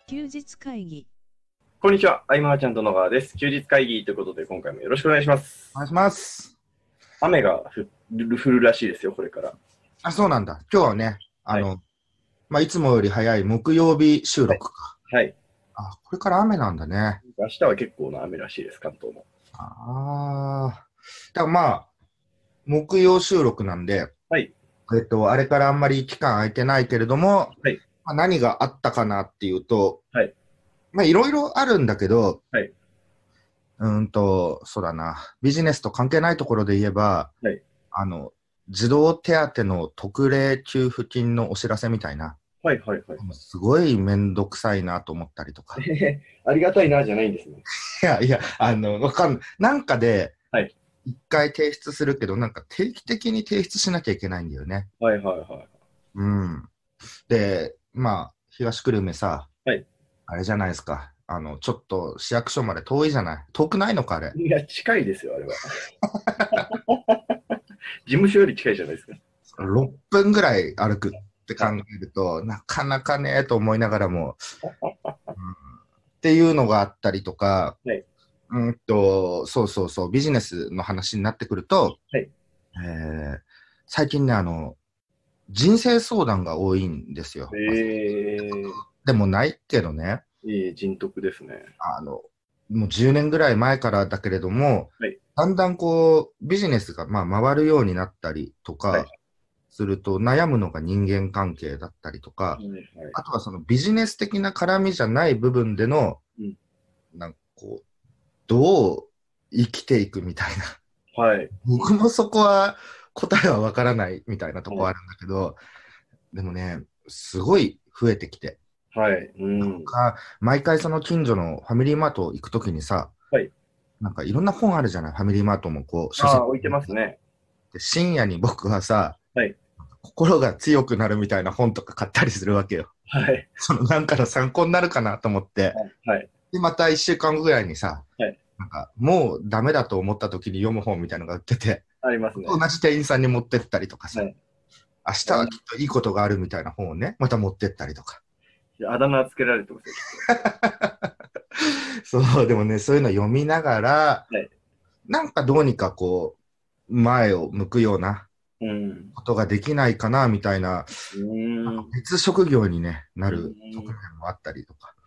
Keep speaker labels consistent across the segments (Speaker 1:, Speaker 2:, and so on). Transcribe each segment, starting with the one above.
Speaker 1: 休日会議。
Speaker 2: こんにちは、あいまーちゃんと野川です。休日会議ということで、今回もよろしくお願いします。
Speaker 3: お願いします。
Speaker 2: 雨が降るらしいですよ、これから。
Speaker 3: あ、そうなんだ。今日はね、いつもより早い木曜日収録か。
Speaker 2: はい。
Speaker 3: あ、これから雨なんだね。
Speaker 2: 明日は結構な雨らしいです、関東も。
Speaker 3: だから木曜収録なんで、
Speaker 2: はい。
Speaker 3: あれからあんまり期間空いてないけれども、
Speaker 2: はい。
Speaker 3: 何があったかなっていうと、
Speaker 2: はい。
Speaker 3: いろいろあるんだけど、
Speaker 2: はい。
Speaker 3: そうだな、ビジネスと関係ないところで言えば、
Speaker 2: はい。
Speaker 3: 児童手当の特例給付金のお知らせみたいな、
Speaker 2: はい。はい。はい。
Speaker 3: すごいめんどくさいなと思ったりとか。
Speaker 2: ありがたいな、じゃないんですね。
Speaker 3: わかんない。なんかで、
Speaker 2: はい。
Speaker 3: 一回提出するけど、なんか定期的に提出しなきゃいけないんだよね。
Speaker 2: はい。はい。はい。
Speaker 3: うん。で、東久留米さ、
Speaker 2: はい。
Speaker 3: あれじゃないですか。ちょっと市役所まで遠いじゃない。遠くないのか、あれ。
Speaker 2: いや、近いですよ、あれは。事務所より近いじゃないですか。
Speaker 3: 6分ぐらい歩くって考えると、なかなかね、と思いながらも、っていうのがあったりとか、
Speaker 2: はい。
Speaker 3: そう、ビジネスの話になってくると、
Speaker 2: はい。
Speaker 3: 最近ね、人生相談が多いんですよ。でもないけどね、
Speaker 2: 人徳ですね。
Speaker 3: もう10年ぐらい前からだけれども、
Speaker 2: はい。
Speaker 3: だんだんビジネスが回るようになったりと
Speaker 2: はい。
Speaker 3: かすると、悩むのが人間関係だったりとか、
Speaker 2: はい。はい。
Speaker 3: あとはそのビジネス的な絡みじゃない部分での、
Speaker 2: うん。
Speaker 3: どう生きていくみたいな。
Speaker 2: はい。
Speaker 3: 僕もそこは答えはわからないみたいなとこあるんだけど、でもね、すごい増えてきて。
Speaker 2: はい。うん。
Speaker 3: 毎回その近所のファミリーマート行くときにさ、
Speaker 2: はい。
Speaker 3: なんかいろんな本あるじゃない、ファミリーマートも書籍
Speaker 2: 置いてますね。
Speaker 3: で深夜に僕はさ、
Speaker 2: はい。
Speaker 3: 心が強くなるみたいな本とか買ったりするわけよ。
Speaker 2: はい。
Speaker 3: なんかの参考になるかなと思って、
Speaker 2: はい。
Speaker 3: で、また1週間後ぐらいにさ、
Speaker 2: はい。
Speaker 3: なんかもうダメだと思った時に読む本みたいなのが売ってて、
Speaker 2: ありますね。
Speaker 3: 同じ店員さんに持ってったりとかさ、
Speaker 2: はい。
Speaker 3: 明日はきっといいことがあるみたいな本をね、また持ってったりとか。
Speaker 2: あだ名つけられてますよ。
Speaker 3: そう、でもね、そういうの読みながら、
Speaker 2: はい。
Speaker 3: なんかどうにか前を向くような
Speaker 2: うん。
Speaker 3: ことができないかな、みたいな、別職業に、ね、なる側面もあったりとか。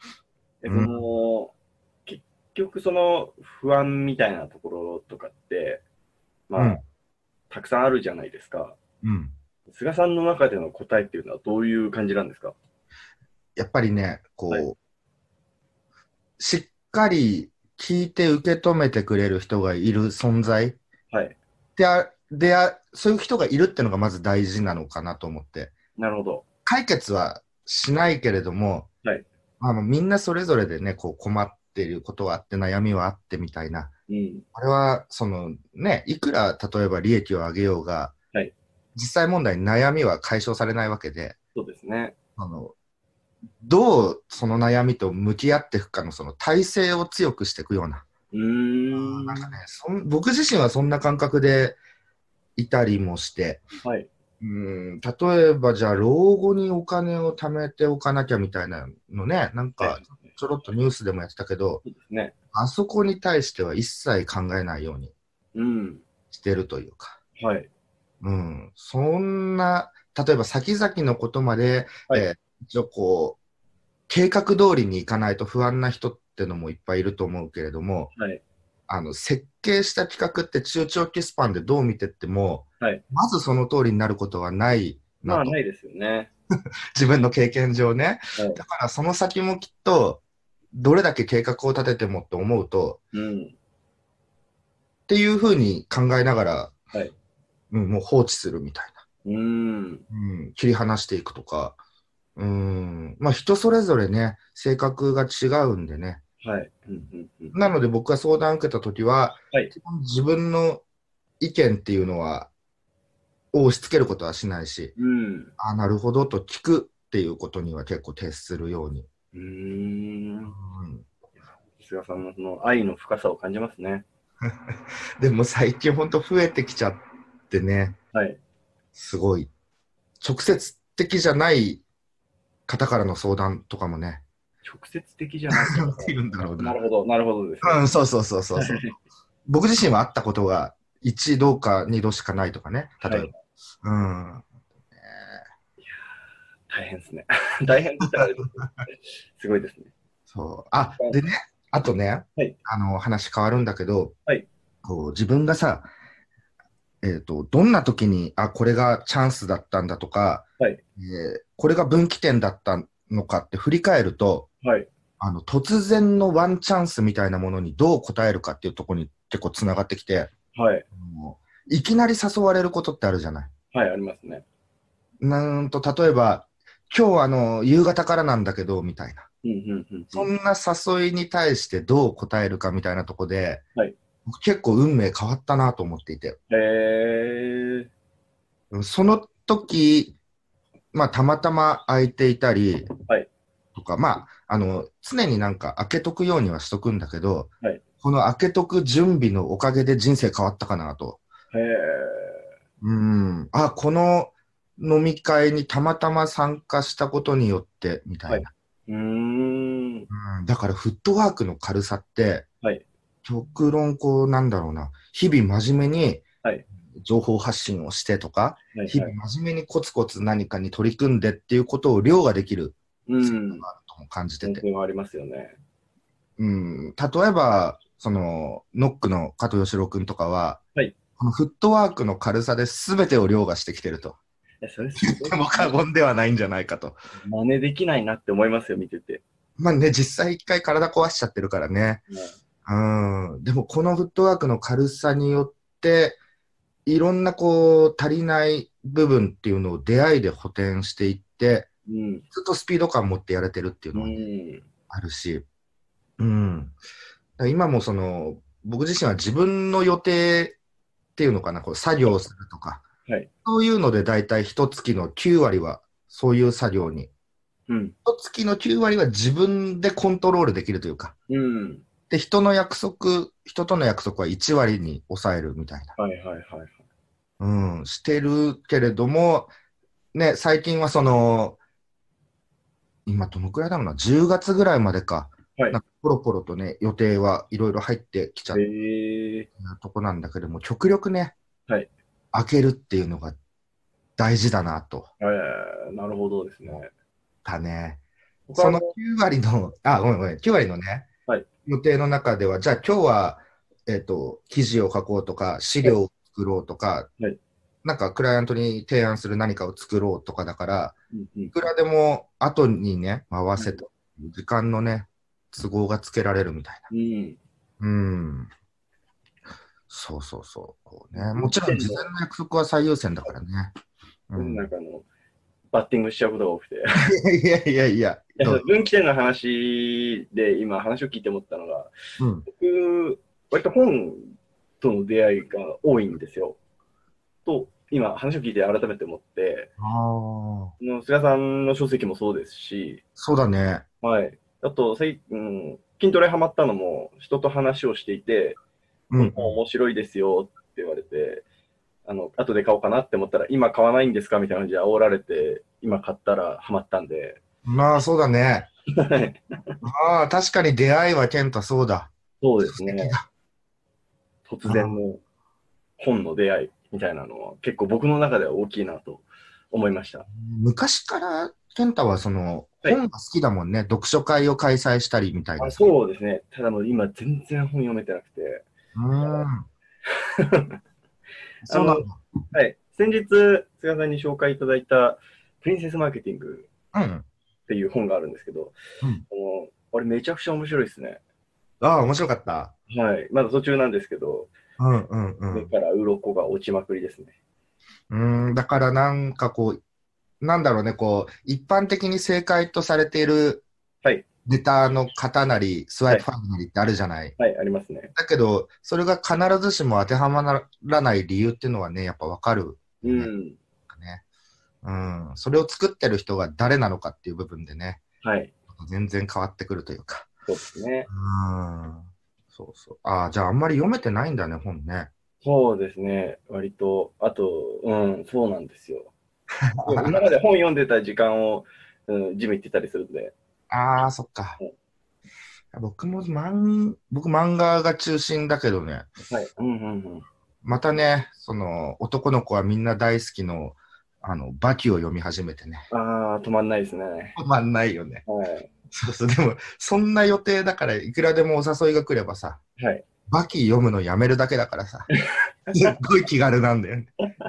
Speaker 2: 結局その不安みたいなところとかって、たくさんあるじゃないですか。菅さんの中での答えっていうのはどういう感じなんですか？
Speaker 3: やっぱりね、
Speaker 2: はい。
Speaker 3: しっかり聞いて受け止めてくれる人がいる存在
Speaker 2: はい。
Speaker 3: そういう人がいるってのがまず大事なのかなと思って。
Speaker 2: なるほど。
Speaker 3: 解決はしないけれども、
Speaker 2: はい。
Speaker 3: みんなそれぞれでね、困っていることがあって、悩みはあってみたいな。
Speaker 2: うん。
Speaker 3: これは、いくら例えば利益を上げようが、
Speaker 2: はい。
Speaker 3: 実際問題悩みは解消されないわけで、
Speaker 2: そうですね。
Speaker 3: どうその悩みと向き合っていくかのその体制を強くしていくような。なんかね、僕自身はそんな感覚でいたりもして、
Speaker 2: はい。
Speaker 3: 例えばじゃあ老後にお金を貯めておかなきゃみたいなのね、なんかちょろっとニュースでもやってたけど、
Speaker 2: そうですね。
Speaker 3: あそこに対しては一切考えないようにしてるというか、
Speaker 2: はい。
Speaker 3: そんな、例えば先々のことまで、
Speaker 2: はい。
Speaker 3: 一応計画通りにいかないと不安な人ってのもいっぱいいると思うけれども、
Speaker 2: はい。
Speaker 3: 設計した企画って中長期スパンでどう見てっても、
Speaker 2: はい。
Speaker 3: まずその通りになることはないなと。
Speaker 2: ないですよね。
Speaker 3: 自分の経験上ね。
Speaker 2: はい。
Speaker 3: だからその先もきっと、どれだけ計画を立ててもって思うと、
Speaker 2: うん。
Speaker 3: っていうふうに考えながら、
Speaker 2: はい。
Speaker 3: もう放置するみたい
Speaker 2: ん。
Speaker 3: な。切り離していくとか。人それぞれね、性格が違うんでね。
Speaker 2: はい。
Speaker 3: なので僕が相談を受けたときは、
Speaker 2: はい。
Speaker 3: 自分の意見っていうのは、押し付けることはしないし、
Speaker 2: うん。
Speaker 3: なるほどと聞くっていうことには結構徹するように。
Speaker 2: 菅さんのその愛の深さを感じますね。
Speaker 3: でも最近ほんと増えてきちゃってね、
Speaker 2: はい。
Speaker 3: すごい。直接的じゃない方からの相談とかもね、
Speaker 2: 直接的じゃない
Speaker 3: なんて言うんだろうな。
Speaker 2: なるほど、なるほどです
Speaker 3: ね。うん、そうそうそうそう。僕自身は会ったことが一度か二度しかないとかね、例えば。はい、うん。
Speaker 2: 大変ですね。大変って言ったらすごいですね。
Speaker 3: そう。あ、でね、あとね、はい、話変わるんだけど、はい、こう自分がさ、どんな時に、これがチャンスだったんだとか、はい、これが分岐点だったのかって振り返ると、はい、突然のワンチャンスみたいなものにどう答えるかっていうところに結構つながってきて、はい、いきなり誘われることってあるじゃない。
Speaker 2: はい、ありますね。
Speaker 3: 例えば、今日夕方からなんだけど、みたいな。そんな誘いに対してどう答えるかみたいなとこで、はい、結構運命変わったなと思っていて。その時、まあ、たまたま空いていたり、はい、とか、まあ、常になんか開けとくようにはしとくんだけど、はい、この開けとく準備のおかげで人生変わったかなと。この飲み会にたまたま参加したことによって、みたいな。はい、だからフットワークの軽さって、はい、極論こうなんだろうな、日々真面目に情報発信をしてとか、はい、日々真面目にコツコツ何かに取り組んでっていうことを凌駕できることがあるとも感じてて。
Speaker 2: 本当にありますよね。
Speaker 3: 例えば、ノックの加藤義郎君とかは、はい、このフットワークの軽さで全てを凌駕してきてると。
Speaker 2: それ
Speaker 3: 言っても過言ではないんじゃないかと。
Speaker 2: 真似できないなって思いますよ、見てて。
Speaker 3: まあね、実際一回体壊しちゃってるからね。でもこのフットワークの軽さによって、いろんなこう足りない部分っていうのを出会いで補填していって、ずっとスピード感持ってやれてるっていうのは、ね、あるし、今も僕自身は自分の予定っていうのかな、こう作業をするとか、はい、そういうのでだいたい一月の9割はそういう作業に、一月の9割は自分でコントロールできるというか、で人との約束は1割に抑えるみたいな、してるけれども、ね、最近は今どのくらいだろうな、10月ぐらいまでか、はい、なんかポロポロとね、予定はいろいろ入ってきちゃってとこなんだけども、極力ね、はい、開けるっていうのが大事だなと。
Speaker 2: なるほどですね。
Speaker 3: だね。その9割の、9割のね、はい、予定の中では、じゃあ今日は、記事を書こうとか、資料を作ろうとか、はい、なんかクライアントに提案する何かを作ろうとかだから、いくらでも後にね、回せと、時間のね、都合がつけられるみたいな。そうそうそう。こうね、もちろん事前の約束は最優先だからね。
Speaker 2: なんかバッティングしちゃうことが多くて。
Speaker 3: いや。
Speaker 2: 分岐点の話で今話を聞いて思ったのが、僕、割と本との出会いが多いんですよ。と、今話を聞いて改めて思って、菅さんの書籍もそうですし、
Speaker 3: そうだね。
Speaker 2: はい。あと、筋トレハマったのも人と話をしていて、面白いですよって言われて、後で買おうかなって思ったら、今買わないんですかみたいな感じで煽られて、今買ったらハマったんで。
Speaker 3: まあ、そうだね。確かに出会いは健太そうだ。
Speaker 2: そうですね。突然の本の出会いみたいなのは結構僕の中では大きいなと思いました。
Speaker 3: 昔から健太は本が好きだもんね。読書会を開催したりみたいな。
Speaker 2: そうですね。ただ今全然本読めてなくて。そうなんだ。はい。先日、菅さんに紹介いただいた、プリンセスマーケティングっていう本があるんですけど、あれめちゃくちゃ面白いですね。
Speaker 3: 面白かった。
Speaker 2: はい。まだ途中なんですけど、目から鱗が落ちまくりですね。
Speaker 3: だからなんかこう、なんだろうね、こう、一般的に正解とされている、ネタの型なり、スワイプファンなりってあるじゃない。
Speaker 2: はい、ありますね。
Speaker 3: だけど、それが必ずしも当てはまらない理由っていうのはね、やっぱわかる、それを作ってる人が誰なのかっていう部分でね、はい、全然変わってくるというか。
Speaker 2: そうですね。
Speaker 3: そうそう。じゃああんまり読めてないんだね、本ね。
Speaker 2: そうですね。割と、あと、そうなんですよ。今まで本読んでた時間を、ジム行ってたりするんで。
Speaker 3: ああ、そっか。僕漫画が中心だけどね、
Speaker 2: はい。うんうんうん。
Speaker 3: またね、男の子はみんな大好きの、バキを読み始めてね。
Speaker 2: ああ、止まんないですね。
Speaker 3: 止まんないよね。
Speaker 2: はい。
Speaker 3: そうそう、でも、そんな予定だから、いくらでもお誘いが来ればさ、
Speaker 2: はい。
Speaker 3: バキ読むのやめるだけだからさ、すっごい気軽なんだよね。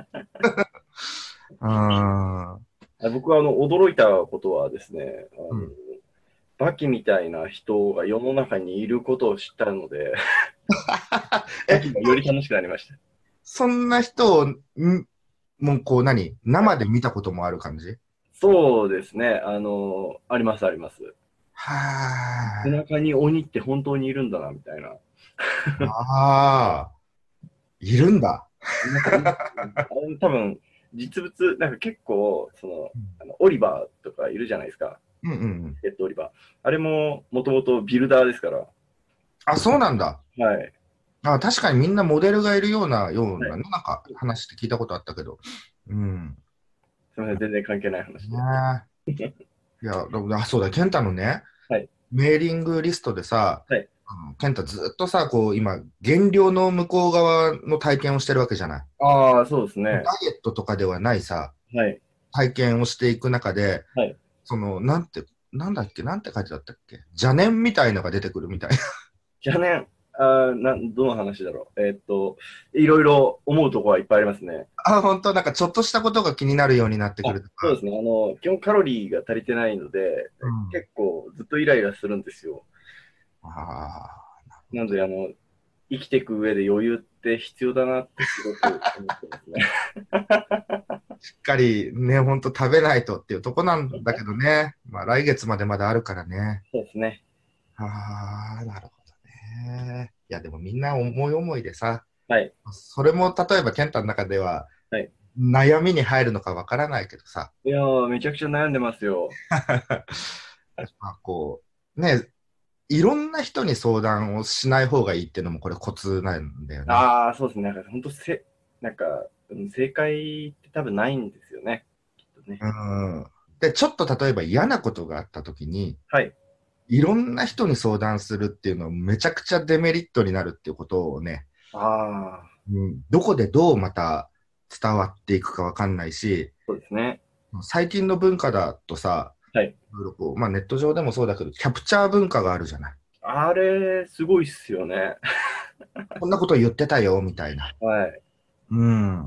Speaker 3: うーん。
Speaker 2: 僕は驚いたことはですね、
Speaker 3: うん。
Speaker 2: バキみたいな人が世の中にいることを知ったので、バ
Speaker 3: え、
Speaker 2: キがより楽しくなりました。
Speaker 3: そんな人を、もうこう生で見たこともある感じ？
Speaker 2: そうですね。あります、あります。背
Speaker 3: は
Speaker 2: 中に鬼って本当にいるんだな、みたいな。
Speaker 3: あ。ああ、いるんだ。
Speaker 2: います、います。多分、実物、なんか結構、オリバーとかいるじゃないですか。
Speaker 3: うんうんうん。
Speaker 2: オリバー。あれも、もともとビルダーですから。
Speaker 3: あ、そうなんだ。
Speaker 2: はい。
Speaker 3: あ、確かにみんなモデルがいるよう
Speaker 2: はい。
Speaker 3: なね、なんか話って聞いたことあったけど。うん。
Speaker 2: すみません、全然関係ない話で。
Speaker 3: ねいや、そうだ、ケンタのね、
Speaker 2: はい。
Speaker 3: メーリングリストでさ、
Speaker 2: はい。
Speaker 3: ケンタずっとさ、こう、今、減量の向こう側の体験をしてるわけじゃない。
Speaker 2: ああ、そうです
Speaker 3: ダ
Speaker 2: ね。
Speaker 3: イエットとかではないさ、
Speaker 2: はい。
Speaker 3: 体験をしていく中で、
Speaker 2: はい。
Speaker 3: なんだっけ、なんて書いてあったっけ、邪念みたいのが出てくるみたいな。
Speaker 2: じゃあね、どの話だろう。いろいろ思うところはいっぱいありますね。
Speaker 3: あ、本当なんかちょっとしたことが気になるようになってく
Speaker 2: あ、
Speaker 3: るとか。
Speaker 2: そうですね。基本カロリーが足りてないので、
Speaker 3: うん。
Speaker 2: 結構ずっとイライラするんですよ。
Speaker 3: あ
Speaker 2: なので、生きていく上で余裕って必要だなってすごく思ってますね。
Speaker 3: しっかりね、ほんと食べないとっていうとこなんだけどね。まあ来月までまだあるからね。
Speaker 2: そうですね。
Speaker 3: ああ、なるほどね。いや、でもみんな思い思いでさ、
Speaker 2: はい。
Speaker 3: それも例えば健太の中では
Speaker 2: はい。
Speaker 3: 悩みに入るのかわからないけどさ、
Speaker 2: いやー、めちゃくちゃ悩んでますよ。
Speaker 3: まあこう、ね、いろんな人に相談をしない方がいいっていうのもこれコツなんだよね。
Speaker 2: ああ、そうですね。なんか、本当なんか、正解って多分ないんですよね。きっとね。
Speaker 3: うん。で、ちょっと例えば嫌なことがあった時に、
Speaker 2: はい。
Speaker 3: いろんな人に相談するっていうのはめちゃくちゃデメリットになるっていうことをね、
Speaker 2: ああ、
Speaker 3: どこでどうまた伝わっていくかわかんないし、
Speaker 2: そうですね。
Speaker 3: 最近の文化だとさ、
Speaker 2: はい。
Speaker 3: いろいろこう、まあネット上でもそうだけど、キャプチャー文化があるじゃない。
Speaker 2: あれ、すごいっすよね。
Speaker 3: こんなこと言ってたよ、みたいな。
Speaker 2: はい。
Speaker 3: うん。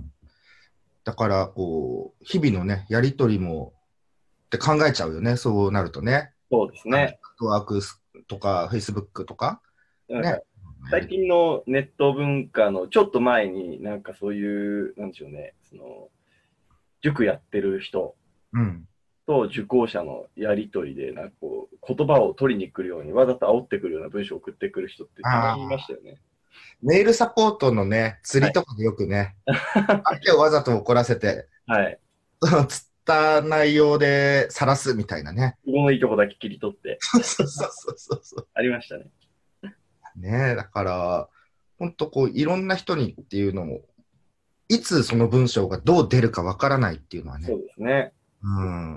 Speaker 3: だから、こう、日々のね、やりとりもって考えちゃうよね、そうなるとね。
Speaker 2: そうです
Speaker 3: ネッ
Speaker 2: ね。
Speaker 3: トワークとか、フェイスブックとか、
Speaker 2: なんか、
Speaker 3: ね。やり
Speaker 2: 最近のネット文化のちょっと前に、なんかそういう、なんでしょうね、塾やってる人
Speaker 3: うん。
Speaker 2: と受講者のやりとりで、なんかこう、言葉を取りに来るように、わざと煽ってくるような文章を送ってくる人ってたまにいま
Speaker 3: ああ、
Speaker 2: したよね。
Speaker 3: メールサポートのね、釣
Speaker 2: はい。
Speaker 3: りとかでよくね、相手をわざと怒らせて、
Speaker 2: はい。
Speaker 3: その釣った内容で晒すみたいなね。
Speaker 2: ここのいいとこだけ切り取って、
Speaker 3: そうそうそうそう
Speaker 2: ありましたね。
Speaker 3: ねえ、だから、本当こう、いろんな人にっていうのも、いつその文章がどう出るかわからないっていうのはね。
Speaker 2: そうですね。
Speaker 3: うん。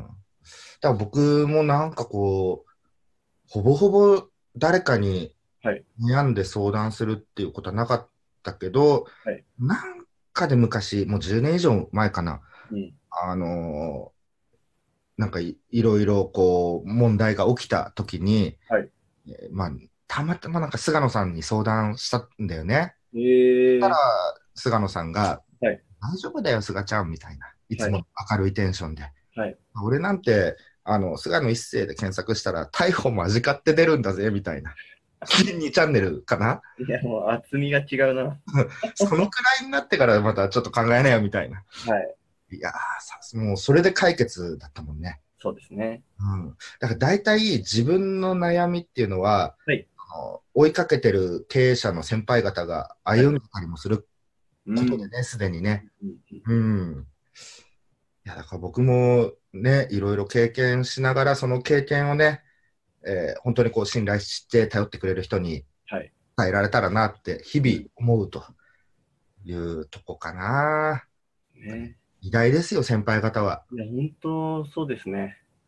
Speaker 3: だから僕もなんかこう、ほぼほぼ誰かに
Speaker 2: はい。
Speaker 3: 悩んで相談するっていうことはなかったけど、
Speaker 2: はい。
Speaker 3: なんかで昔、もう10年以上前かな、
Speaker 2: うん。
Speaker 3: あのなんかいろいろこう問題が起きた時に、
Speaker 2: はい。
Speaker 3: まあ、たまたまなんか菅野さんに相談したんだよね。たら、
Speaker 2: えー。
Speaker 3: 菅野さんが、
Speaker 2: はい。
Speaker 3: 大丈夫だよ、菅ちゃんみたいな。いつも
Speaker 2: はい。
Speaker 3: 明るいテンションで。
Speaker 2: はい。
Speaker 3: 俺なんて、菅野一世で検索したら、逮捕間近って出るんだぜ、みたいな。2チャンネルかな。
Speaker 2: いや、もう厚みが違うな。
Speaker 3: そのくらいになってからまたちょっと考えなよ、みたいな。
Speaker 2: はい。
Speaker 3: いやもうそれで解決だったもんね。
Speaker 2: そうですね。
Speaker 3: うん。だから大体自分の悩みっていうのは、
Speaker 2: はい。
Speaker 3: 追いかけてる経営者の先輩方が
Speaker 2: はい。
Speaker 3: 歩んでたりもする
Speaker 2: うん。
Speaker 3: ことでね、すでにね。
Speaker 2: うん。
Speaker 3: うん。いや、だから僕もね、いろいろ経験しながら、その経験をね、本当にこう信頼して頼ってくれる人に
Speaker 2: はい。
Speaker 3: 伝えられたらなって日々
Speaker 2: うん。
Speaker 3: 思うというとこかな。
Speaker 2: ね。
Speaker 3: 偉大ですよ、先輩方は。
Speaker 2: いや、本当そうですね。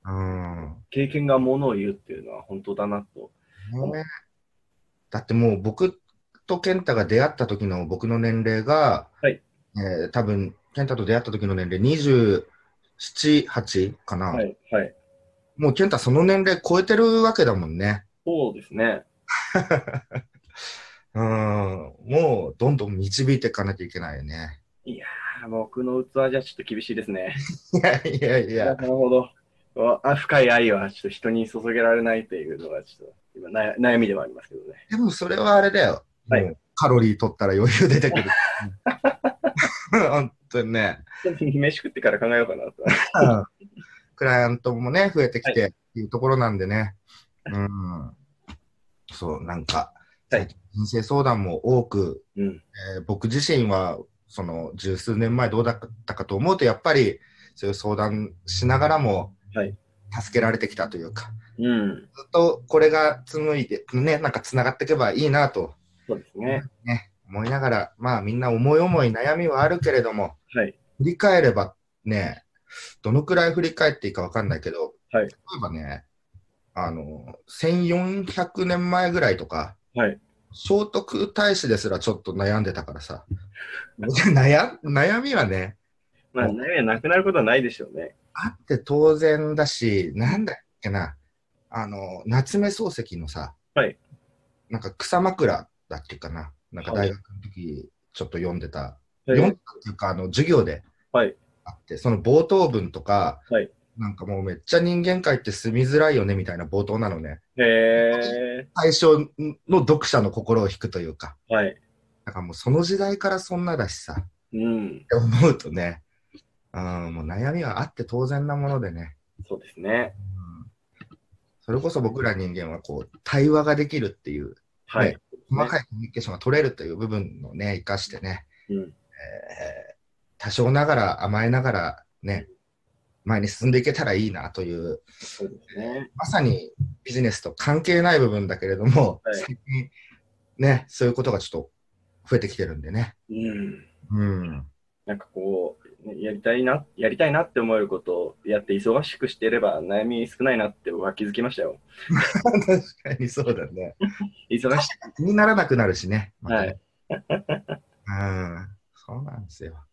Speaker 2: 経験がものを言うっていうのは本当だなと。
Speaker 3: だってもう僕と健太が出会った時の僕の年齢が、
Speaker 2: はい。
Speaker 3: 多分、健太と出会った時の年齢27、8かな。
Speaker 2: はい。はい。
Speaker 3: もう健太その年齢超えてるわけだもんね。
Speaker 2: そうですね。
Speaker 3: もうどんどん導いていかなきゃいけないよね。
Speaker 2: いやー、僕の器じゃちょっと厳しいですね。
Speaker 3: いや。
Speaker 2: なるほど。深い愛はちょっと人に注げられないっていうのがちょっと今悩みではありますけどね。
Speaker 3: でもそれはあれだよ。
Speaker 2: はい、
Speaker 3: もうカロリー取ったら余裕出てくる。本当にね。
Speaker 2: 飯食ってから考えようかなと。
Speaker 3: クライアントもね、増えてきてっていうところなんでね。そう、なんか、人生相談も多く、僕自身は、その十数年前どうだったかと思うと、やっぱりそういう相談しながらも、助けられてきたというか、ずっとこれが紡いで、ね、なんかつながっていけばいいなと、
Speaker 2: そうですね。
Speaker 3: 思いながら、まあみんな思い思い悩みはあるけれども、振り返ればね、どのくらい振り返っていいか分かんないけど、例えばね、1400年前ぐらいとか、聖徳太子ですらちょっと悩んでたからさ。悩みはね。
Speaker 2: まあ、悩みはなくなることはないでしょうね。
Speaker 3: あって当然だし、なんだっけな。夏目漱石のさ、なんか草枕だっけかな。なんか大学の時ちょっと読んでた。読んだっていうか、授業であって、その冒頭文とか、なんかもうめっちゃ人間界って住みづらいよねみたいな冒頭なのね。対象の読者の心を引くというか。だからもうその時代からそんなだしさ。って思うとね、もう悩みはあって当然なものでね。
Speaker 2: そうですね。
Speaker 3: それこそ僕ら人間はこう対話ができるっていう、細かいコミュニケーションが取れるという部分をね、生かしてね、多少ながら甘えながらね、前に進んでいけたらいいなという、
Speaker 2: そうですね、
Speaker 3: まさにビジネスと関係ない部分だけれども、最近ね、そういうことがちょっと増えてきてるんでね。
Speaker 2: なんかこう、やりたいなって思えることをやって忙しくしていれば悩み少ないなって僕は気づきましたよ。
Speaker 3: 確かにそうだね。
Speaker 2: 忙しい。
Speaker 3: 気にならなくなるしね。そうなんですよ。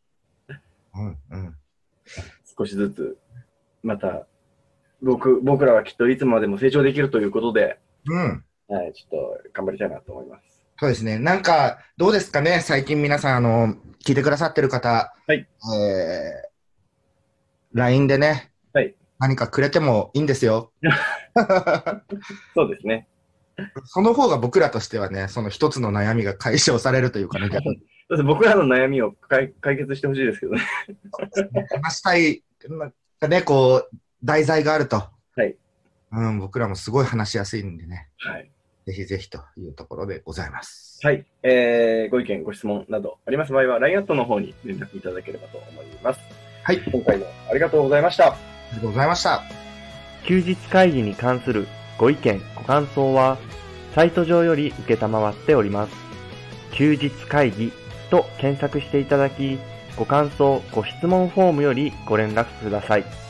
Speaker 2: 少しずつ、また、僕らはきっといつまでも成長できるということで、ちょっと頑張りたいなと思います。
Speaker 3: そうですね。なんか、どうですかね、最近皆さん、聞いてくださってる方、LINE でね、何かくれてもいいんですよ。
Speaker 2: そうですね。
Speaker 3: その方が僕らとしてはね、その一つの悩みが解消されるというかね、逆に。
Speaker 2: 僕らの悩みを解決してほしいですけどね。
Speaker 3: 話したい、ね、こう、題材があると。僕らもすごい話しやすいんでね。ぜひぜひというところでございます。
Speaker 2: ご意見、ご質問などあります場合は、LINE アットの方に連絡いただければと思います。今回もありがとうございました。
Speaker 3: ありがとうございました。
Speaker 1: 休日会議に関するご意見、ご感想は、サイト上より受けたまわっております。休日会議と検索していただき、ご感想、ご質問フォームよりご連絡ください。